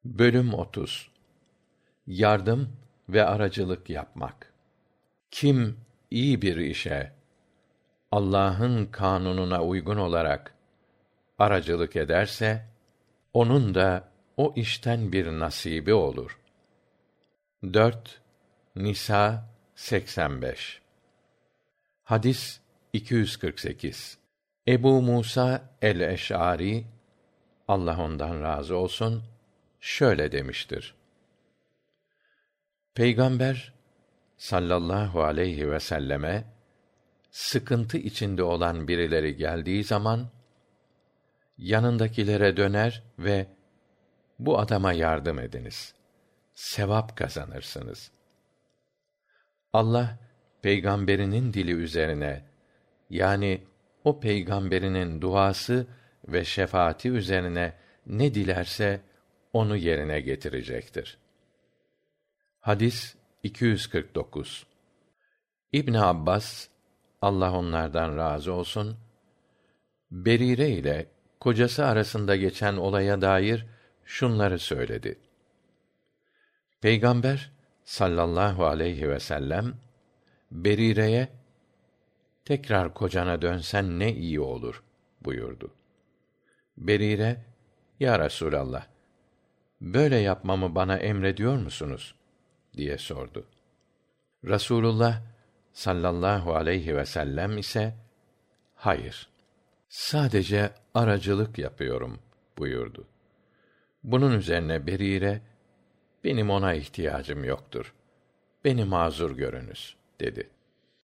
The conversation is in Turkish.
Bölüm 30. Yardım ve aracılık yapmak. Kim iyi bir işe Allah'ın kanununa uygun olarak aracılık ederse, onun da o işten bir nasibi olur. 4 Nisa 85. Hadis 248. Ebu Musa el-Eş'ari, Allah ondan razı olsun, şöyle demiştir: Peygamber sallallahu aleyhi ve selleme sıkıntı içinde olan birileri geldiği zaman yanındakilere döner ve bu adama yardım ediniz, sevap kazanırsınız. Allah peygamberinin dili üzerine, yani o peygamberinin duası ve şefaati üzerine ne dilerse onu yerine getirecektir. Hadis 249. İbn Abbas, Allah onlardan razı olsun, Berire ile kocası arasında geçen olaya dair şunları söyledi. Peygamber sallallahu aleyhi ve sellem Berire'ye tekrar kocana dönsen ne iyi olur buyurdu. Berire, ya Resûlallah, böyle yapmamı bana emrediyor musunuz diye sordu. Rasulullah sallallahu aleyhi ve sellem ise hayır, sadece aracılık yapıyorum buyurdu. Bunun üzerine Berire, benim ona ihtiyacım yoktur, beni mazur görünüz dedi.